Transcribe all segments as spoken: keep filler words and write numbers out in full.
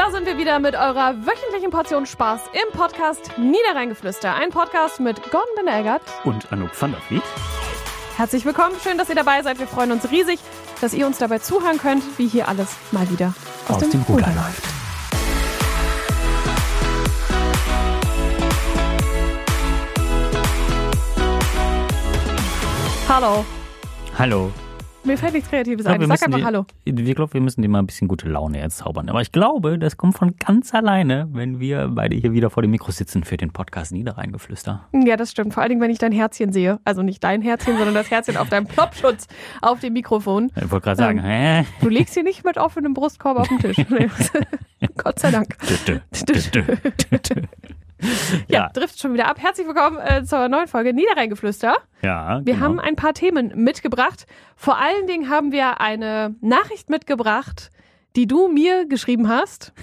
Da sind wir wieder mit eurer wöchentlichen Portion Spaß im Podcast Niederrheingeflüster. Ein Podcast mit Gordon Binder-Eggert und Anouk van der Vliet. Herzlich willkommen, schön, dass ihr dabei seid. Wir freuen uns riesig, dass ihr uns dabei zuhören könnt, wie hier alles mal wieder aus, aus dem, dem Ruder läuft. Hallo. Hallo. Mir fällt nichts Kreatives ein. Sag einfach die, Hallo. Ich glaube, wir müssen dir mal ein bisschen gute Laune jetzt zaubern. Aber ich glaube, das kommt von ganz alleine, wenn wir beide hier wieder vor dem Mikro sitzen für den Podcast Niederrheingeflüster. Ja, das stimmt. Vor allen Dingen, wenn ich dein Herzchen sehe. Also nicht dein Herzchen, sondern das Herzchen auf deinem Plopschutz auf dem Mikrofon. Ich wollte gerade sagen, ähm, hä? Du legst hier nicht mit offenem Brustkorb auf den Tisch. Gott sei Dank. Ja, ja, trifft schon wieder ab. Herzlich willkommen äh, zur neuen Folge Niederrheingeflüster. Ja, Wir genau. haben ein paar Themen mitgebracht. Vor allen Dingen haben wir eine Nachricht mitgebracht, die du mir geschrieben hast.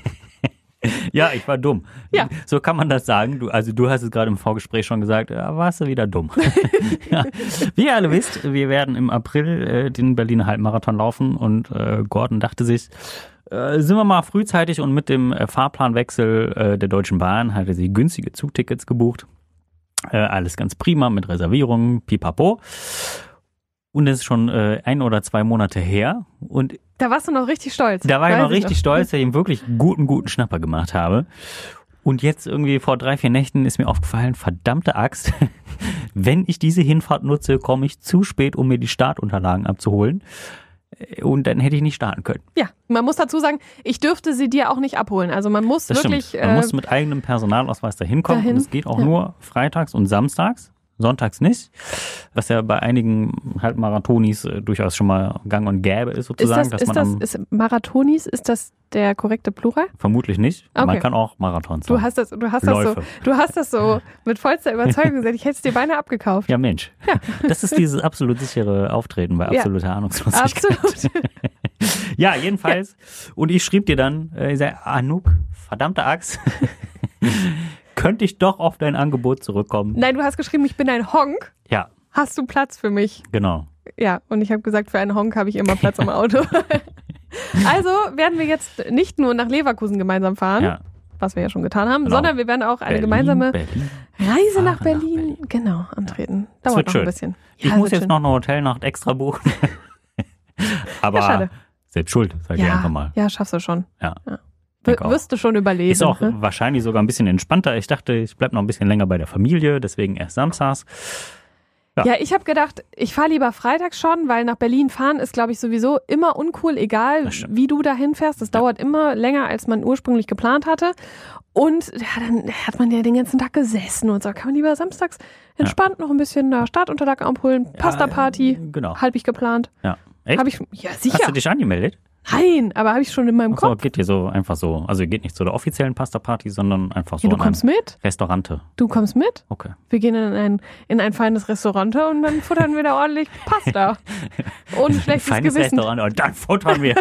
Ja, ich war dumm. Ja. So kann man das sagen. Du, also du hast es gerade im Vorgespräch schon gesagt, ja, warst du wieder dumm. Ja. Wie ihr alle wisst, wir werden im April äh, den Berliner Halbmarathon laufen und äh, Gordon dachte sich, äh, sind wir mal frühzeitig und mit dem äh, Fahrplanwechsel äh, der Deutschen Bahn hatte sie günstige Zugtickets gebucht. Äh, alles ganz prima mit Reservierungen, pipapo. Und das ist schon äh, ein oder zwei Monate her und da warst du noch richtig stolz. Da war ich Weiß noch richtig noch. stolz, dass ich ihm wirklich guten, guten Schnapper gemacht habe. Und jetzt irgendwie vor drei, vier Nächten ist mir aufgefallen, verdammte Axt, wenn ich diese Hinfahrt nutze, komme ich zu spät, um mir die Startunterlagen abzuholen. Und dann hätte ich nicht starten können. Ja, man muss dazu sagen, ich dürfte sie dir auch nicht abholen. Also man muss das wirklich... Stimmt. Man äh, muss mit eigenem Personalausweis dahin kommen. dahin. Und es geht auch ja. nur freitags und samstags. Sonntags nicht, was ja bei einigen Halbmarathonis äh, durchaus schon mal gang und gäbe ist sozusagen. Ist das, dass ist man das am, ist Marathonis, ist das der korrekte Plural? Vermutlich nicht. Okay. Man kann auch Marathons Du sagen. hast das, du hast das so, du hast das so mit vollster Überzeugung gesagt. Ich hätte es dir beinahe abgekauft. Ja, Mensch. Ja. Das ist dieses absolut sichere Auftreten bei absoluter ja. Ahnungslosigkeit. Absolut. Ja, jedenfalls. Ja. Und ich schrieb dir dann, äh, ich sag, Anouk, verdammte Axt, könnte ich doch auf dein Angebot zurückkommen? Nein, du hast geschrieben, ich bin ein Honk. Ja. Hast du Platz für mich? Genau. Ja, und ich habe gesagt, für einen Honk habe ich immer Platz im Auto. Also werden wir jetzt nicht nur nach Leverkusen gemeinsam fahren, Ja. was wir ja schon getan haben, Genau. sondern wir werden auch eine Berlin, gemeinsame Berlin. Reise nach Fahren Berlin, nach Berlin. genau, antreten. Das Dauert wird noch schön. ein bisschen. Ich Ja, muss wird jetzt schön. noch eine Hotelnacht extra buchen. Aber Ja, schade. selbst schuld, sag ich Ja, einfach mal. ja, schaffst du schon. Ja. Ja. Denke auch. Wirst du schon überleben. Ist auch ne? wahrscheinlich sogar ein bisschen entspannter. Ich dachte, ich bleib noch ein bisschen länger bei der Familie, deswegen erst samstags. Ja. Ja, ich habe gedacht, ich fahre lieber freitags schon, weil nach Berlin fahren ist, glaube ich, sowieso immer uncool, egal Das stimmt. wie du dahin fährst. Das Ja. dauert immer länger, als man ursprünglich geplant hatte. Und ja, dann hat man ja den ganzen Tag gesessen und so. Kann man lieber samstags entspannt noch ein bisschen da Startunterlagen abholen. Pasta-Party, äh, genau. halb ich geplant. Ja. Echt? Hab ich, ja, sicher. Hast du dich angemeldet? Nein, aber habe ich schon in meinem Achso, Kopf. geht ihr so einfach so. Also ihr geht nicht zu der offiziellen Pasta-Party, sondern einfach so Ja, du in einem kommst mit? Restaurante. Du kommst mit? Okay. Wir gehen in ein, in ein feines Restaurant und dann futtern wir da ordentlich Pasta. Ohne schlechtes Feines Gewissen. Restaurant und dann futtern wir.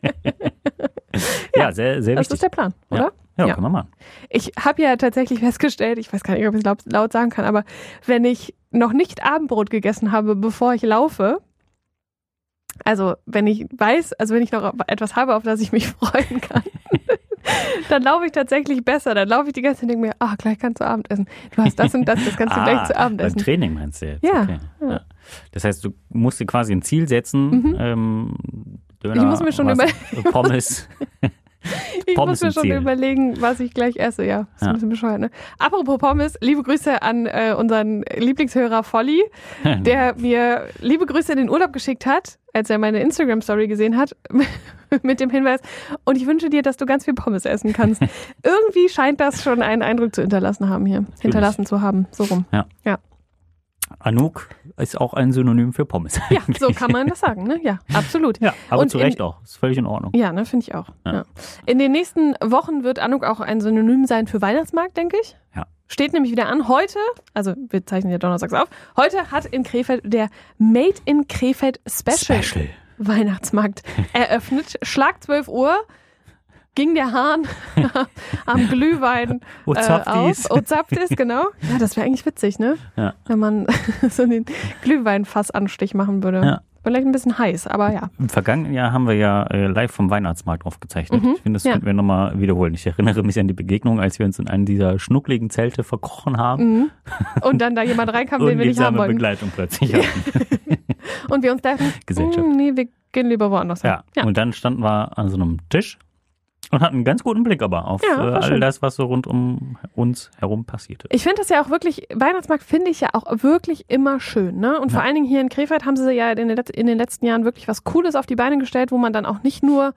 ja, sehr, sehr Das wichtig. ist der Plan, oder? Ja, Ja. können wir machen. Ich habe ja tatsächlich festgestellt, ich weiß gar nicht, ob ich es laut, laut sagen kann, aber wenn ich noch nicht Abendbrot gegessen habe, bevor ich laufe, also wenn ich weiß, also wenn ich noch etwas habe, auf das ich mich freuen kann, dann laufe ich tatsächlich besser. Dann laufe ich die ganze Zeit und denke mir, ah, gleich kannst du Abend essen. Du hast das und das, das kannst du ah, gleich zu Abend beim essen. Training meinst du jetzt? Ja, Okay. ja. Ja. Das heißt, du musst dir quasi ein Ziel setzen. Mhm. Ähm, Döner, Ich muss mir schon was, über- Pommes. Ich Pommes muss mir im schon Ziel. überlegen, was ich gleich esse, ja. Das ist Ja. ein bisschen bescheuert, ne? Apropos Pommes, liebe Grüße an äh, unseren Lieblingshörer Volli, der mir liebe Grüße in den Urlaub geschickt hat, als er meine Instagram-Story gesehen hat, mit dem Hinweis, und ich wünsche dir, dass du ganz viel Pommes essen kannst. Irgendwie scheint das schon einen Eindruck zu hinterlassen haben hier. Hinterlassen zu haben, so rum. Ja. Ja. Anouk ist auch ein Synonym für Pommes. Ja, so kann man das sagen, ne? Ja, absolut. Ja, aber Und zu in- Recht auch. Ist völlig in Ordnung. Ja, ne, finde ich auch. Ja. Ja. In den nächsten Wochen wird Anouk auch ein Synonym sein für Weihnachtsmarkt, denke ich. Ja. Steht nämlich wieder an. Heute, also wir zeichnen ja donnerstags auf, heute hat in Krefeld der Made in Krefeld Special, Special. Weihnachtsmarkt eröffnet. Schlag zwölf Uhr ging der Hahn am Glühwein Wo äh, zapft auf. dies? Oh, zapft ist, genau. Ja, das wäre eigentlich witzig, ne? Ja. Wenn man so den Glühweinfassanstich machen würde. Ja. Vielleicht ein bisschen heiß, aber ja. Im vergangenen Jahr haben wir ja äh, live vom Weihnachtsmarkt aufgezeichnet. Mhm, ich finde, das ja. könnten wir nochmal wiederholen. Ich erinnere mich an die Begegnung, als wir uns in einem dieser schnuckligen Zelte verkrochen haben. Mhm. Und dann da jemand reinkam, den wir nicht haben wollten. Begleitung plötzlich hatten. Und wir uns dachten, Gesellschaft. nee, wir gehen lieber woanders hin. Ja. ja, und dann standen wir an so einem Tisch und hatten einen ganz guten Blick aber auf Ja, äh, all schön. das, was so rund um uns herum passierte. Ich finde das ja auch wirklich, Weihnachtsmarkt finde ich ja auch wirklich immer schön, ne? Und Ja. vor allen Dingen hier in Krefeld haben sie ja in den, Let- in den letzten Jahren wirklich was Cooles auf die Beine gestellt, wo man dann auch nicht nur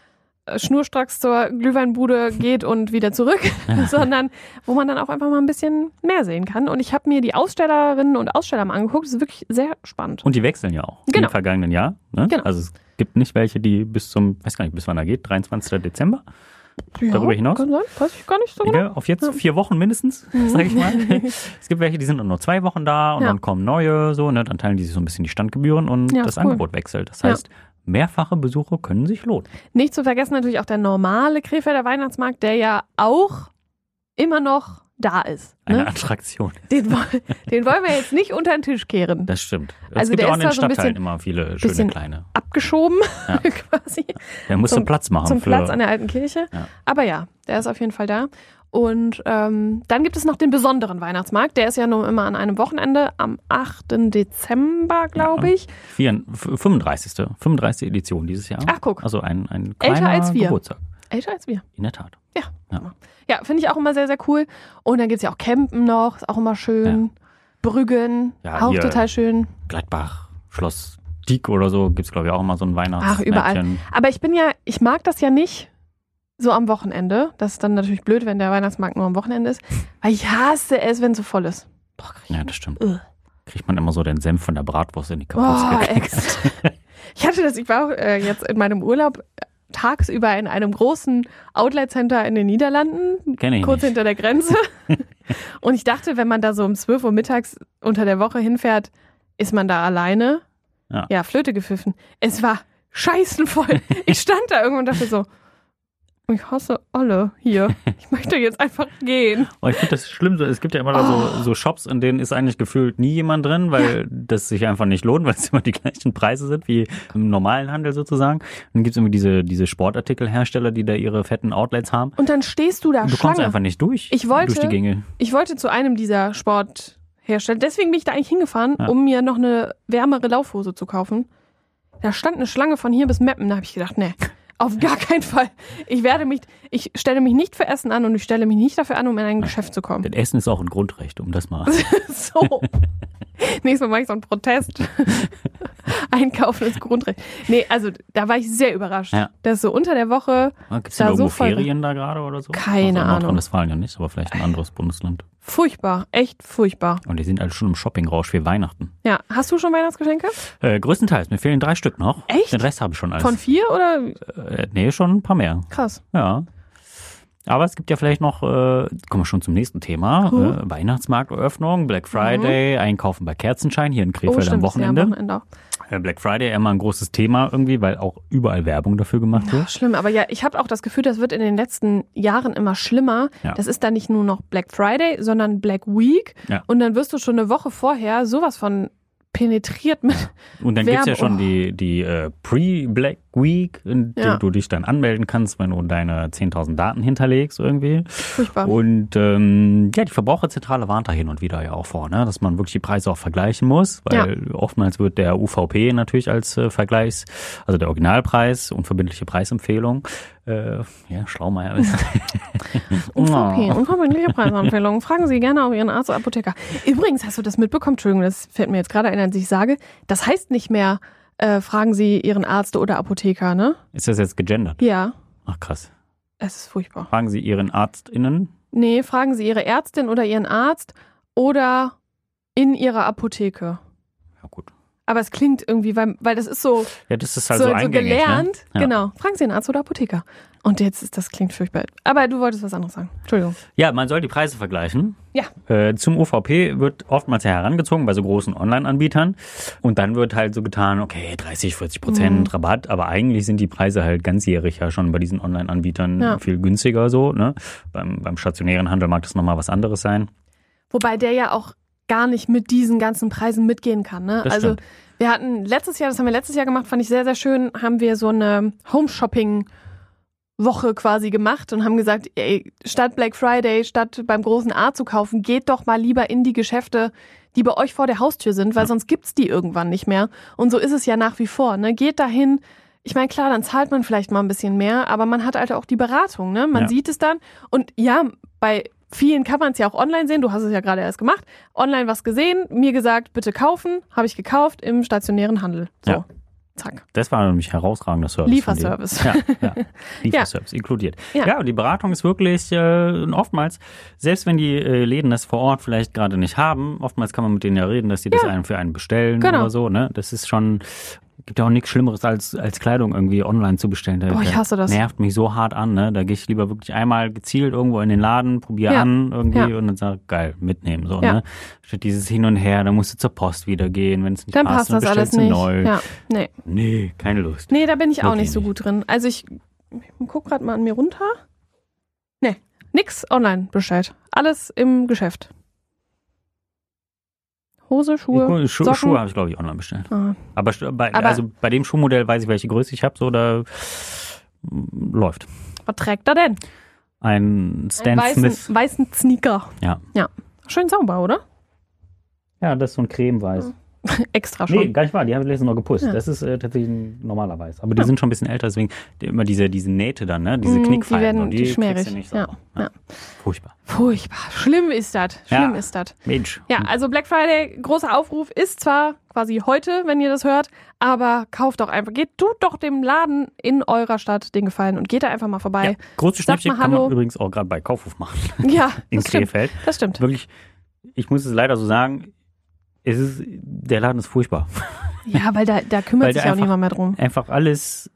äh, schnurstracks zur Glühweinbude geht und wieder zurück, sondern wo man dann auch einfach mal ein bisschen mehr sehen kann. Und ich habe mir die Ausstellerinnen und Aussteller mal angeguckt, das ist wirklich sehr spannend. Und die wechseln ja auch Genau. im vergangenen Jahr. Ne? Genau. Also es gibt nicht welche, die bis zum, weiß gar nicht, bis wann da geht, dreiundzwanzigsten Dezember. Ja, darüber hinaus? Kann sein, weiß ich gar nicht so genau. Egal, auf jetzt vier Wochen mindestens, sage ich mal. Es gibt welche, die sind nur zwei Wochen da und Ja. dann kommen neue, so, ne? Dann teilen die sich so ein bisschen die Standgebühren und Ja, das cool. Angebot wechselt. Das Ja. heißt, mehrfache Besuche können sich lohnen. Nicht zu vergessen natürlich auch der normale Krefelder Weihnachtsmarkt, der ja auch immer noch da ist. Eine Ne? Attraktion. Den, woll- den wollen wir jetzt nicht unter den Tisch kehren. Das stimmt. Es Also gibt der ja auch ist in den zwar so ein Stadtteilen bisschen- immer viele schöne bisschen kleine. Abgeschoben Ja. quasi Der musste zum- Platz machen zum für. Platz an der alten Kirche. Ja. Aber ja, der ist auf jeden Fall da. Und ähm, dann gibt es noch den besonderen Weihnachtsmarkt. Der ist ja nur immer an einem Wochenende, am achten Dezember, glaube Ja. ich. Vier, fünfunddreißigste fünfunddreißigste Edition dieses Jahr. Ach, guck. Also ein, ein Älter kleiner als wir. Geburtstag. Älter als wir. In der Tat. Ja. Ja. Ja, finde ich auch immer sehr, sehr cool. Und dann gibt es ja auch Campen noch, ist auch immer schön. Brüggen, Ja, auch hier- total schön. Gladbach, Schloss Dieck oder so, gibt es glaube ich auch immer so ein Ach, überall. Weihnachtsmärkchen. Aber ich bin ja, ich mag das ja nicht so am Wochenende. Das ist dann natürlich blöd, wenn der Weihnachtsmarkt nur am Wochenende ist. Weil ich hasse es, wenn es so voll ist. Boah, krieg ich Ja, das stimmt. Ugh. Kriegt man immer so den Senf von der Bratwurst in die Boah, Kapuze gekriegt. ex. Ich hatte das, ich war auch, äh, jetzt in meinem Urlaub äh, tagsüber in einem großen Outlet-Center in den Niederlanden, Kenn ich kurz nicht. hinter der Grenze. Und ich dachte, wenn man da so um zwölf Uhr mittags unter der Woche hinfährt, ist man da alleine. Ja. Ja, Flöte gepfiffen. Es war scheißenvoll. Ich stand da irgendwo und dachte so, ich hasse alle hier. Ich möchte jetzt einfach gehen. Aber ich finde das schlimm, so, es gibt ja immer da so, so Shops, in denen ist eigentlich gefühlt nie jemand drin, weil das sich einfach nicht lohnt, weil es immer die gleichen Preise sind wie im normalen Handel sozusagen. Dann gibt es irgendwie diese, diese Sportartikelhersteller, die da ihre fetten Outlets haben. Und dann stehst du da Und du kommst Schlange. einfach nicht durch, Ich wollte- durch die Gänge. Ich wollte zu einem dieser Sporthersteller. Deswegen bin ich da eigentlich hingefahren, Ja. um mir noch eine wärmere Laufhose zu kaufen. Da stand eine Schlange von hier bis Meppen. Da habe ich gedacht, nee, auf gar keinen Fall. Ich werde mich, ich stelle mich nicht für Essen an und ich stelle mich nicht dafür an, um in ein Geschäft zu kommen. Denn Essen ist auch ein Grundrecht, um das mal. So. Nächstes Mal mache ich so einen Protest. Einkaufen ist Grundrecht. Nee, also da war ich sehr überrascht. Ja. Dass so unter der Woche Gibt es Da da irgendwo so voll- Ferien da gerade oder so? Keine also in Ahnung. Nordrhein-Westfalen ja nicht, aber vielleicht ein anderes Bundesland. furchtbar, echt furchtbar. Und die sind alle schon im Shoppingrausch für Weihnachten. Ja, hast du schon Weihnachtsgeschenke? Äh, größtenteils, mir fehlen drei Stück noch. Echt? Den Rest habe ich schon alles. Von vier oder? äh, nee, schon ein paar mehr. Krass. Ja. Aber es gibt ja vielleicht noch, äh, kommen wir schon zum nächsten Thema, Huh. äh, Weihnachtsmarkteröffnung, Black Friday, Einkaufen bei Kerzenschein hier in Krefeld am Mhm. stimmt, ist ja Wochenende. am Wochenende auch. Äh, Black Friday immer ein großes Thema irgendwie, weil auch überall Werbung dafür gemacht wird. Ach, schlimm, aber ja, ich habe auch das Gefühl, das wird in den letzten Jahren immer schlimmer. Ja. Das ist dann nicht nur noch Black Friday, sondern Black Week. Ja. Und dann wirst du schon eine Woche vorher sowas von penetriert mit. Und dann gibt's ja Werbung. schon die, die äh, Pre-Black Week, in der Ja. du dich dann anmelden kannst, wenn du deine zehntausend Daten hinterlegst irgendwie. Furchtbar. Und ähm, ja, die Verbraucherzentrale warnt da hin und wieder ja auch vor, ne? Dass man wirklich die Preise auch vergleichen muss, weil oftmals wird der U V P natürlich als äh, Vergleichs, also der Originalpreis, unverbindliche Preisempfehlung, äh, ja, Schlaumeier ist. U V P, unverbindliche Preisempfehlungen. Fragen Sie gerne auch Ihren Arzt oder Apotheker. Übrigens, hast du das mitbekommen? Entschuldigung, das fällt mir jetzt gerade ein, als ich sage. Das heißt nicht mehr, äh, fragen Sie Ihren Arzt oder Apotheker, ne? Ist das jetzt gegendert? Ja, Ach krass. es ist furchtbar. Fragen Sie Ihren ArztInnen? Nee, fragen Sie Ihre Ärztin oder Ihren Arzt oder in Ihrer Apotheke. Ja gut. Aber es klingt irgendwie, weil, weil das ist so, Ja, das ist halt so, so, so eingängig, gelernt. ne? Ja. Genau. Fragen Sie einen Arzt oder Apotheker. Und jetzt ist das klingt furchtbar. Aber du wolltest was anderes sagen. Entschuldigung. Ja, man soll die Preise vergleichen. Ja. Äh, zum U V P wird oftmals ja herangezogen bei so großen Online-Anbietern. Und dann wird halt so getan, okay, dreißig, vierzig Prozent Mhm. Rabatt. Aber eigentlich sind die Preise halt ganzjährig ja schon bei diesen Online-Anbietern Ja. viel günstiger so. Ne? Beim, beim stationären Handel mag das nochmal was anderes sein. Wobei der ja auch gar nicht mit diesen ganzen Preisen mitgehen kann. Ne? Das Also stimmt. Wir hatten letztes Jahr, das haben wir letztes Jahr gemacht, fand ich sehr, sehr schön, haben wir so eine Home-Shopping-Woche quasi gemacht und haben gesagt, ey, statt Black Friday, statt beim großen A zu kaufen, geht doch mal lieber in die Geschäfte, die bei euch vor der Haustür sind, weil sonst gibt's die irgendwann nicht mehr. Und so ist es ja nach wie vor, ne? Geht dahin. Ich meine, klar, dann zahlt man vielleicht mal ein bisschen mehr, aber man hat halt auch die Beratung, ne? Man Ja. sieht es dann. Und ja, bei vielen kann man es ja auch online sehen. Du hast es ja gerade erst gemacht. Online was gesehen, mir gesagt, bitte kaufen. Habe ich gekauft im stationären Handel. So, Ja. zack. Das war nämlich herausragender Service. Lieferservice. Von dir. Ja, ja. Lieferservice inkludiert. Ja. Ja, und die Beratung ist wirklich äh, oftmals, selbst wenn die äh, Läden das vor Ort vielleicht gerade nicht haben, oftmals kann man mit denen ja reden, dass die das Ja. einen für einen bestellen Genau. oder so. Ne? Das ist schon, gibt ja auch nichts Schlimmeres als, als Kleidung irgendwie online zu bestellen. Da, Boah, ich hasse das. nervt mich so hart an. Ne? Da gehe ich lieber wirklich einmal gezielt irgendwo in den Laden, probiere Ja. an irgendwie Ja. und dann sage, geil, mitnehmen. So, Ja. ne? Statt dieses Hin und Her, da musst du zur Post wieder gehen, wenn es nicht Dann passt, passt das alles bestellst du nicht. neu. Ja, nee. Nee, keine Lust. Nee, da bin ich auch Wirklich nicht so nicht. gut drin. Also ich, ich guck gerade mal an mir runter. Nee, nix online bestellt. Alles im Geschäft. Hose, Schuhe, Schu Socken. Schuhe habe ich, glaube ich, online bestellt. Ah. Aber, st- bei, Aber- also bei dem Schuhmodell weiß ich, welche Größe ich habe, so da mm, läuft. Was trägt er denn? Ein Stan Einen Smith. weißen, weißen Sneaker. Ja. Ja. Schön sauber, oder? Ja, das ist so ein cremeweiß. Extra schon. Nee, gar nicht wahr, die habe ich letztens noch gepusst. Ja. Das ist äh, tatsächlich ein normaler Weiß. Aber die Ja. sind schon ein bisschen älter, deswegen die, immer diese, diese Nähte dann, ne? Diese Mm, die Knickfalten. werden- und die die kriegst schmierig. du nicht Ja, sauber. ja. Furchtbar. Furchtbar. Schlimm ist das. Schlimm Ja. ist das. Mensch. Ja, also Black Friday, großer Aufruf, ist zwar quasi heute, wenn ihr das hört, aber kauft doch einfach, geht, tut doch dem Laden in eurer Stadt den Gefallen und geht da einfach mal Ja, vorbei. große Sagt Schnäppchen mal kann Hallo. man übrigens auch gerade bei Kaufhof machen. Ja, In das stimmt. Krefeld. Das stimmt. Wirklich, ich muss es leider so sagen, es ist, der Laden ist furchtbar. Ja, weil da, da kümmert Weil sich der auch niemand mehr drum. Einfach alles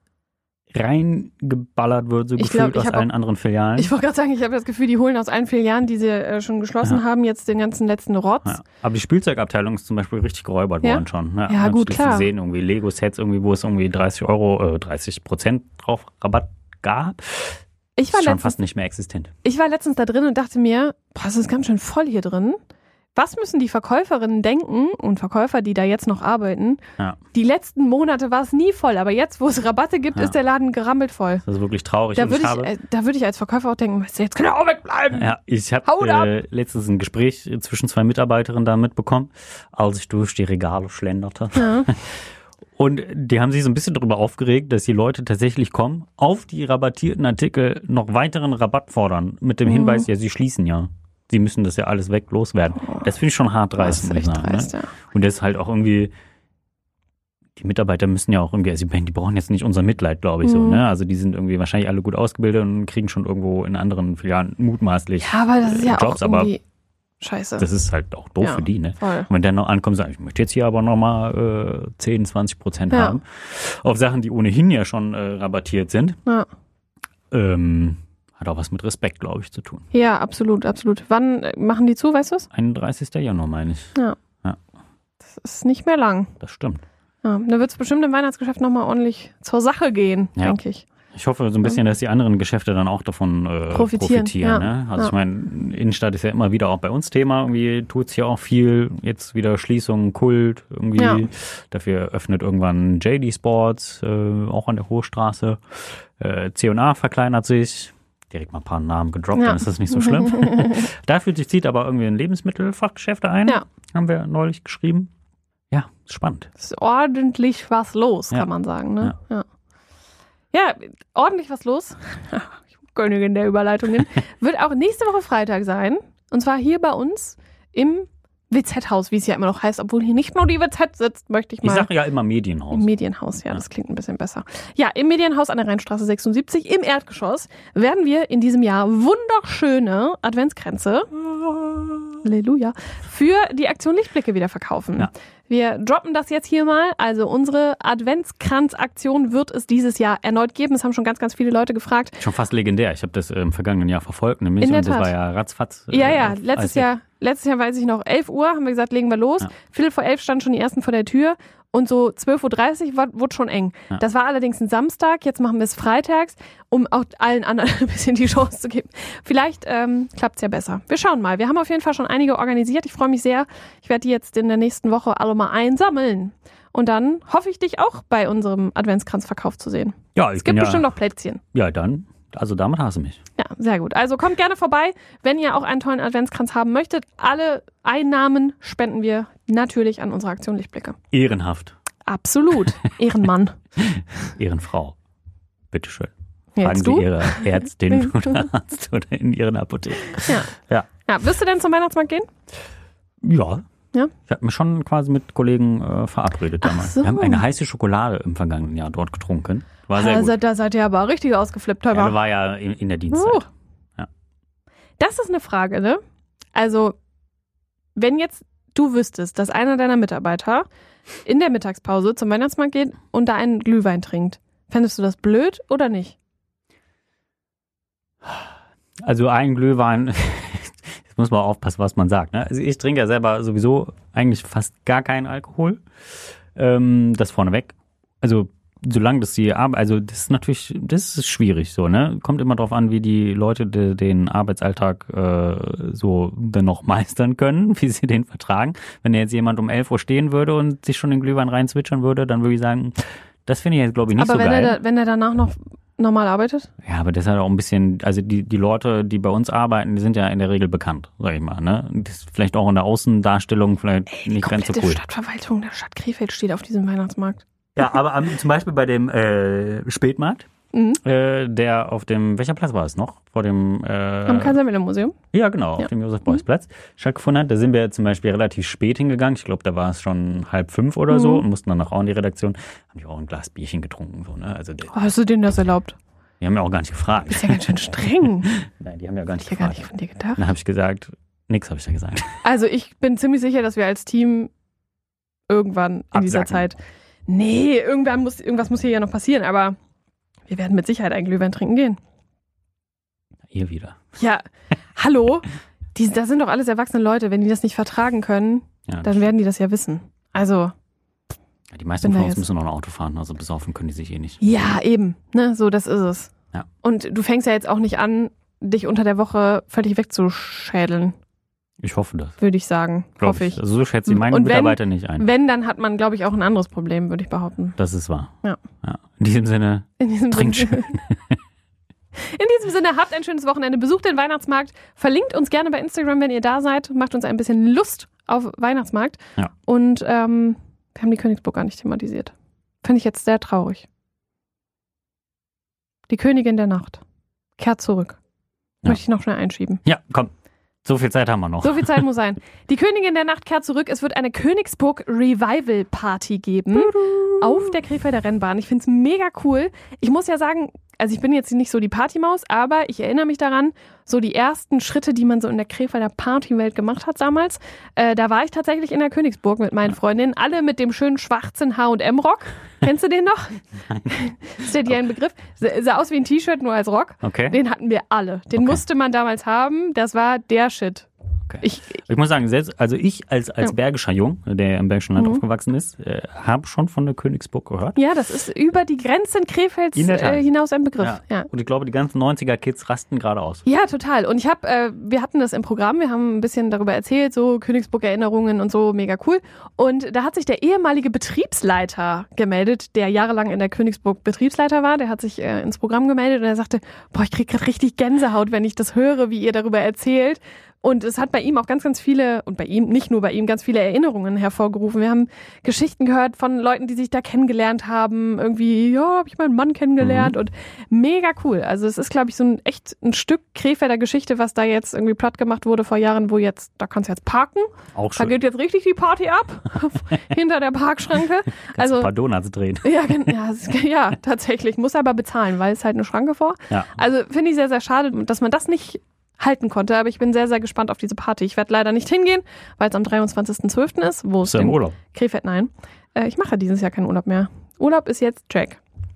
reingeballert wird, so Ich gefühlt glaub, ich aus hab allen anderen Filialen. Ich wollte gerade sagen, ich habe das Gefühl, die holen aus allen Filialen, die sie äh, schon geschlossen Ja. haben, jetzt den ganzen letzten Rotz. Ja. Aber die Spielzeugabteilung ist zum Beispiel richtig geräubert Ja? worden schon. Ja, hab gut, ich klar. gesehen, irgendwie Lego-Sets, irgendwie, wo es irgendwie dreißig Euro, äh, dreißig Prozent drauf Rabatt gab. Ich war, ist schon letztens, fast nicht mehr existent. ich war letztens da drin und dachte mir, boah, das ist ganz schön voll hier drin. Was müssen die Verkäuferinnen denken und Verkäufer, die da jetzt noch arbeiten? Ja. Die letzten Monate war es nie voll, aber jetzt, wo es Rabatte gibt, Ja. ist der Laden gerammelt voll. Das ist wirklich traurig. Da Und würde ich ich, habe, äh, da würde ich als Verkäufer auch denken, weißt du, jetzt kann er auch wegbleiben. ja, ich Haut habe ab! äh, letztens ein Gespräch zwischen zwei Mitarbeiterinnen da mitbekommen, als ich durch die Regale schlenderte. Ja. Und die haben sich so ein bisschen darüber aufgeregt, dass die Leute tatsächlich kommen, auf die rabattierten Artikel noch weiteren Rabatt fordern, mit dem Mhm. Hinweis, ja, sie schließen ja. Sie müssen das ja alles weg loswerden. Das finde ich schon hart Das dreist, ist muss ich echt sagen. dreist, Ne? ja. Und das ist halt auch irgendwie, die Mitarbeiter müssen ja auch irgendwie, also die brauchen jetzt nicht unser Mitleid, glaube ich, so. Mhm. Ne? Also die sind irgendwie wahrscheinlich alle gut ausgebildet und kriegen schon irgendwo in anderen Filialen mutmaßlich Ja, aber das ist ja äh, Jobs, auch aber irgendwie scheiße. das ist halt auch doof Ja, für die, ne? voll. Und wenn der noch ankommt und sagt, ich möchte jetzt hier aber nochmal äh, zehn, zwanzig Prozent Ja. haben, auf Sachen, die ohnehin ja schon äh, rabattiert sind, Ja. ähm, hat auch was mit Respekt, glaube ich, zu tun. Ja, absolut, absolut. Wann äh, machen die zu, weißt du es? einunddreißigsten Januar, meine ich. Das ist nicht mehr lang. Das stimmt. Ja, da wird es bestimmt im Weihnachtsgeschäft nochmal ordentlich zur Sache gehen, Ja. denke ich. Ich hoffe so ein bisschen, dass die anderen Geschäfte dann auch davon äh, Profitieren, profitieren. ja. Ne? Also Ja. ich meine, Innenstadt ist ja immer wieder auch bei uns Thema. Irgendwie tut es hier auch viel. Jetzt wieder Schließungen, Kult. Irgendwie Ja. dafür öffnet irgendwann J D Sports, äh, auch an der Hochstraße. Äh, C und A verkleinert sich. Direkt mal ein paar Namen gedroppt, Ja. dann ist das nicht so schlimm. Dafür zieht aber irgendwie ein Lebensmittelfachgeschäft ein. Ja. Haben wir neulich geschrieben. Ja, ist spannend. Es ist ordentlich was los, Ja. kann man sagen. Ne? Ja. ja, ordentlich was los. Ich bin Königin der Überleitungen. Wird auch nächste Woche Freitag sein. Und zwar hier bei uns im W Z-Haus, wie es ja immer noch heißt, obwohl hier nicht nur die W Z sitzt, möchte ich Ich mal. sage ja immer Medienhaus. Im Medienhaus, ja, Ja. das klingt ein bisschen besser. Ja, im Medienhaus an der Rheinstraße sechsundsiebzig im Erdgeschoss werden wir in diesem Jahr wunderschöne Adventskränze, Halleluja, für die Aktion Lichtblicke wieder verkaufen. Ja. Wir droppen das jetzt hier mal. Also unsere Adventskranz-Aktion wird es dieses Jahr erneut geben. Es haben schon ganz, ganz viele Leute gefragt. Schon fast legendär. Ich habe das äh, im vergangenen Jahr verfolgt, nämlich. In der und das Tat. war ja ratzfatz. äh, Ja, ja, auf- letztes als- Jahr, letztes Jahr weiß ich noch, elf Uhr haben wir gesagt, legen wir los. Ja. Viertel vor elf standen schon die ersten vor der Tür und so zwölf Uhr dreißig war, wurde schon eng. Ja. Das war allerdings ein Samstag, jetzt machen wir es freitags, um auch allen anderen ein bisschen die Chance zu geben. Vielleicht ähm, klappt es ja besser. Wir schauen mal. Wir haben auf jeden Fall schon einige organisiert. Ich freue mich sehr. Ich werde die jetzt in der nächsten Woche alle mal einsammeln Und dann hoffe ich, dich auch bei unserem Adventskranzverkauf zu sehen. Ja, ich Es gibt bin bestimmt ja, noch Plätzchen. Ja, dann, also damit hast du mich. Ja, sehr gut. Also kommt gerne vorbei, wenn ihr auch einen tollen Adventskranz haben möchtet. Alle Einnahmen spenden wir natürlich an unsere Aktion Lichtblicke. Ehrenhaft. Absolut. Ehrenmann. Ehrenfrau. Bitteschön. Jetzt Fragen du? Sie Ihre Ärztin oder Arzt oder in Ihren Apotheken. Ja. Ja. Ja, wirst du denn zum Weihnachtsmarkt gehen? Ja. Ja? Ich habe mich schon quasi mit Kollegen äh, verabredet damals. Ach so. Wir haben eine heiße Schokolade im vergangenen Jahr dort getrunken. War sehr Also, gut. da seid ihr aber richtig ausgeflippt. Ja, Ja, das war ja in, in der Dienstzeit. Uh. Das ist eine Frage, ne? Also, wenn jetzt du wüsstest, dass einer deiner Mitarbeiter in der Mittagspause zum Weihnachtsmarkt geht und da einen Glühwein trinkt, fändest du das blöd oder nicht? Also ein Glühwein, jetzt muss man aufpassen, was man sagt. Ne? Also ich trinke ja selber sowieso eigentlich fast gar keinen Alkohol. Ähm, das vorneweg. Also solange das die Arbeit, also das ist natürlich, das ist schwierig so, ne? Kommt immer drauf an, wie die Leute de, den Arbeitsalltag äh, so dann noch meistern können, wie sie den vertragen. Wenn jetzt jemand um elf Uhr stehen würde und sich schon den Glühwein reinzwitschern würde, dann würde ich sagen, das finde ich jetzt, glaube ich, nicht aber so wenn geil. er da, wenn er danach noch normal arbeitet? Ja, aber das ist halt auch ein bisschen, also die, die Leute, die bei uns arbeiten, die sind ja in der Regel bekannt, sag ich mal, ne? Das ist vielleicht auch in der Außendarstellung vielleicht Ey, nicht ganz so Die cool. Stadtverwaltung der Stadt Krefeld steht auf diesem Weihnachtsmarkt. Ja, aber am, zum Beispiel bei dem äh, Spätmarkt, Mhm. äh, der auf dem, welcher Platz war es noch? Vor dem, äh, Am Kaiser-Wilhelm-Museum? ja genau, Ja. auf dem Josef-Beuys-Platz stattgefunden hat. Da sind wir zum Beispiel relativ spät hingegangen. Ich glaube, da war es schon halb fünf oder so Mhm. und mussten dann auch in die Redaktion. Haben die auch ein Glas Bierchen getrunken. So, ne? Also die, Oh, hast du denen das erlaubt? die haben ja auch gar nicht gefragt. Ist ja ganz schön streng. Nein, die haben ja gar nicht Ich hätte gar gefragt. nicht von dir gedacht. Dann habe ich gesagt, nix habe ich da gesagt. Also ich bin ziemlich sicher, dass wir als Team irgendwann in dieser Absacken. Zeit. Nee, irgendwann muss, irgendwas muss hier ja noch passieren, aber wir werden mit Sicherheit einen Glühwein trinken gehen. Ihr wieder. Ja, hallo? Die, das sind doch alles erwachsene Leute. Wenn die das nicht vertragen können, Ja, dann werden die das ja wissen. Also, die meisten bin von da uns jetzt- müssen noch ein Auto fahren, also besoffen können die sich eh nicht. ja, eben. Ne, so, das ist es. Ja. Und du fängst ja jetzt auch nicht an, dich unter der Woche völlig wegzuschädeln, Ich hoffe das. würde ich sagen. Glaub Hoffe ich. Also so schätze ich meine Und wenn- Mitarbeiter nicht ein. Wenn, dann hat man, glaube ich, auch ein anderes Problem, würde ich behaupten. Das ist wahr. Ja. Ja. In diesem Sinne, In diesem trinkt Sinne. schön. In diesem Sinne, habt ein schönes Wochenende, besucht den Weihnachtsmarkt, verlinkt uns gerne bei Instagram, wenn ihr da seid, macht uns ein bisschen Lust auf Weihnachtsmarkt. Ja. Und ähm, wir haben die Königsburg gar nicht thematisiert. Finde ich jetzt sehr traurig. Die Königin der Nacht kehrt zurück. Ja. Möchte ich noch schnell einschieben. Ja, komm. So viel Zeit haben wir noch. So viel Zeit muss sein. Die Königin der Nacht kehrt zurück. Es wird eine Königsburg Revival Party geben auf der Krefelder Rennbahn. Ich finde es mega cool. Ich muss ja sagen, also ich bin jetzt nicht so die Partymaus, aber ich erinnere mich daran, so die ersten Schritte, die man so in der Krefelder Partywelt gemacht hat damals. Äh, da war ich tatsächlich in der Königsburg mit meinen Freundinnen, alle mit dem schönen schwarzen H und M-Rock. Kennst du den noch? Nein. Ist der dir ein Begriff? Sah sah aus wie ein T-Shirt, nur als Rock. Okay. Den hatten wir alle. Den Okay. musste man damals haben. Das war der Shit. Okay. Ich, Ich muss sagen, selbst, also ich als, als Ja. bergischer Jung, der im Bergischen Land Mhm. aufgewachsen ist, äh, habe schon von der Königsburg gehört. Ja, das ist über die Grenzen Krefelds In der Tat. äh, hinaus ein Begriff. Ja. Ja. Und ich glaube, die ganzen neunziger-Kids rasten gerade aus. Ja, total. Und ich habe, äh, wir hatten das im Programm, wir haben ein bisschen darüber erzählt, so Königsburg-Erinnerungen und so, mega cool. Und da hat sich der ehemalige Betriebsleiter gemeldet, der jahrelang in der Königsburg Betriebsleiter war. Der hat sich äh, ins Programm gemeldet und er sagte, boah, ich krieg gerade richtig Gänsehaut, wenn ich das höre, wie ihr darüber erzählt. Und es hat bei ihm auch ganz, ganz viele, und bei ihm, nicht nur bei ihm, ganz viele Erinnerungen hervorgerufen. Wir haben Geschichten gehört von Leuten, die sich da kennengelernt haben. Irgendwie, ja, habe ich meinen Mann kennengelernt. Und mega cool. Also es ist, glaube ich, so ein echt ein Stück Krefelder Geschichte, was da jetzt irgendwie platt gemacht wurde vor Jahren, wo jetzt, da kannst du jetzt parken. Auch Da schön. geht jetzt richtig die Party ab. Hinter der Parkschranke. Kannst Also, ein paar Donuts drehen. ja, gen- ja, es ist- ja, tatsächlich. Muss aber bezahlen, weil es halt eine Schranke vor. Ja. Also finde ich sehr, sehr schade, dass man das nicht halten konnte. Aber ich bin sehr, sehr gespannt auf diese Party. Ich werde leider nicht hingehen, weil es am dreiundzwanzigsten zwölften ist, wo es Ist ja im den Urlaub. Krefeld, nein. Äh, ich mache dieses Jahr keinen Urlaub mehr. Urlaub ist jetzt Jack.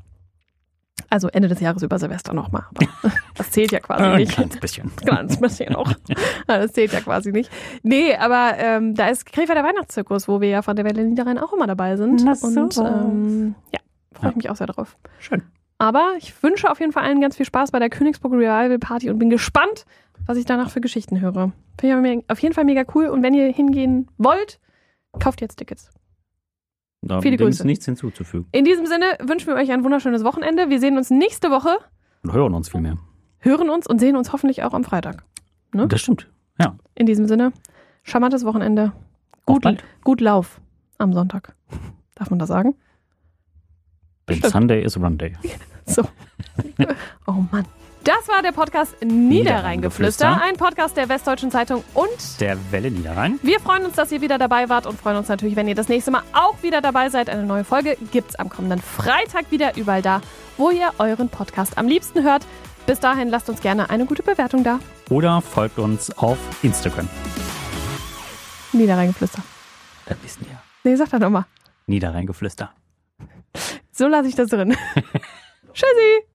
Also Ende des Jahres über Silvester nochmal. Aber das zählt ja quasi Ein nicht. kleines bisschen. Ganz bisschen auch. Ja, das zählt ja quasi nicht. Nee, aber ähm, da ist Krefelder Weihnachtszirkus, wo wir ja von der Welle Niederrhein auch immer dabei sind. Na so. Und ähm, ja, freue ich Ja. mich auch sehr drauf. Schön. Aber ich wünsche auf jeden Fall allen ganz viel Spaß bei der Königsburg Revival Party und bin gespannt, was ich danach für Geschichten höre. Finde ich auf jeden Fall mega cool. Und wenn ihr hingehen wollt, kauft jetzt Tickets. Da Viele dem ist Grüße. nichts hinzuzufügen. In diesem Sinne wünschen wir euch ein wunderschönes Wochenende. Wir sehen uns nächste Woche, Und hören uns viel mehr. hören uns und sehen uns hoffentlich auch am Freitag. Ne? Das stimmt. Ja. In diesem Sinne, charmantes Wochenende. Auf Gut, bald. gut Lauf am Sonntag. Darf man das sagen? Denn Stimmt. Sunday is Run Day. So. Oh Mann. Das war der Podcast Niederrheingeflüster, ein Podcast der Westdeutschen Zeitung und Der Welle Niederrhein. wir freuen uns, dass ihr wieder dabei wart und freuen uns natürlich, wenn ihr das nächste Mal auch wieder dabei seid. Eine neue Folge gibt's am kommenden Freitag wieder überall da, wo ihr euren Podcast am liebsten hört. Bis dahin lasst uns gerne eine gute Bewertung da. Oder folgt uns auf Instagram. Niederrheingeflüster. Das wissen wir. Nee, sag doch nochmal. Niederrheingeflüster. So lasse ich das drin. Tschüssi.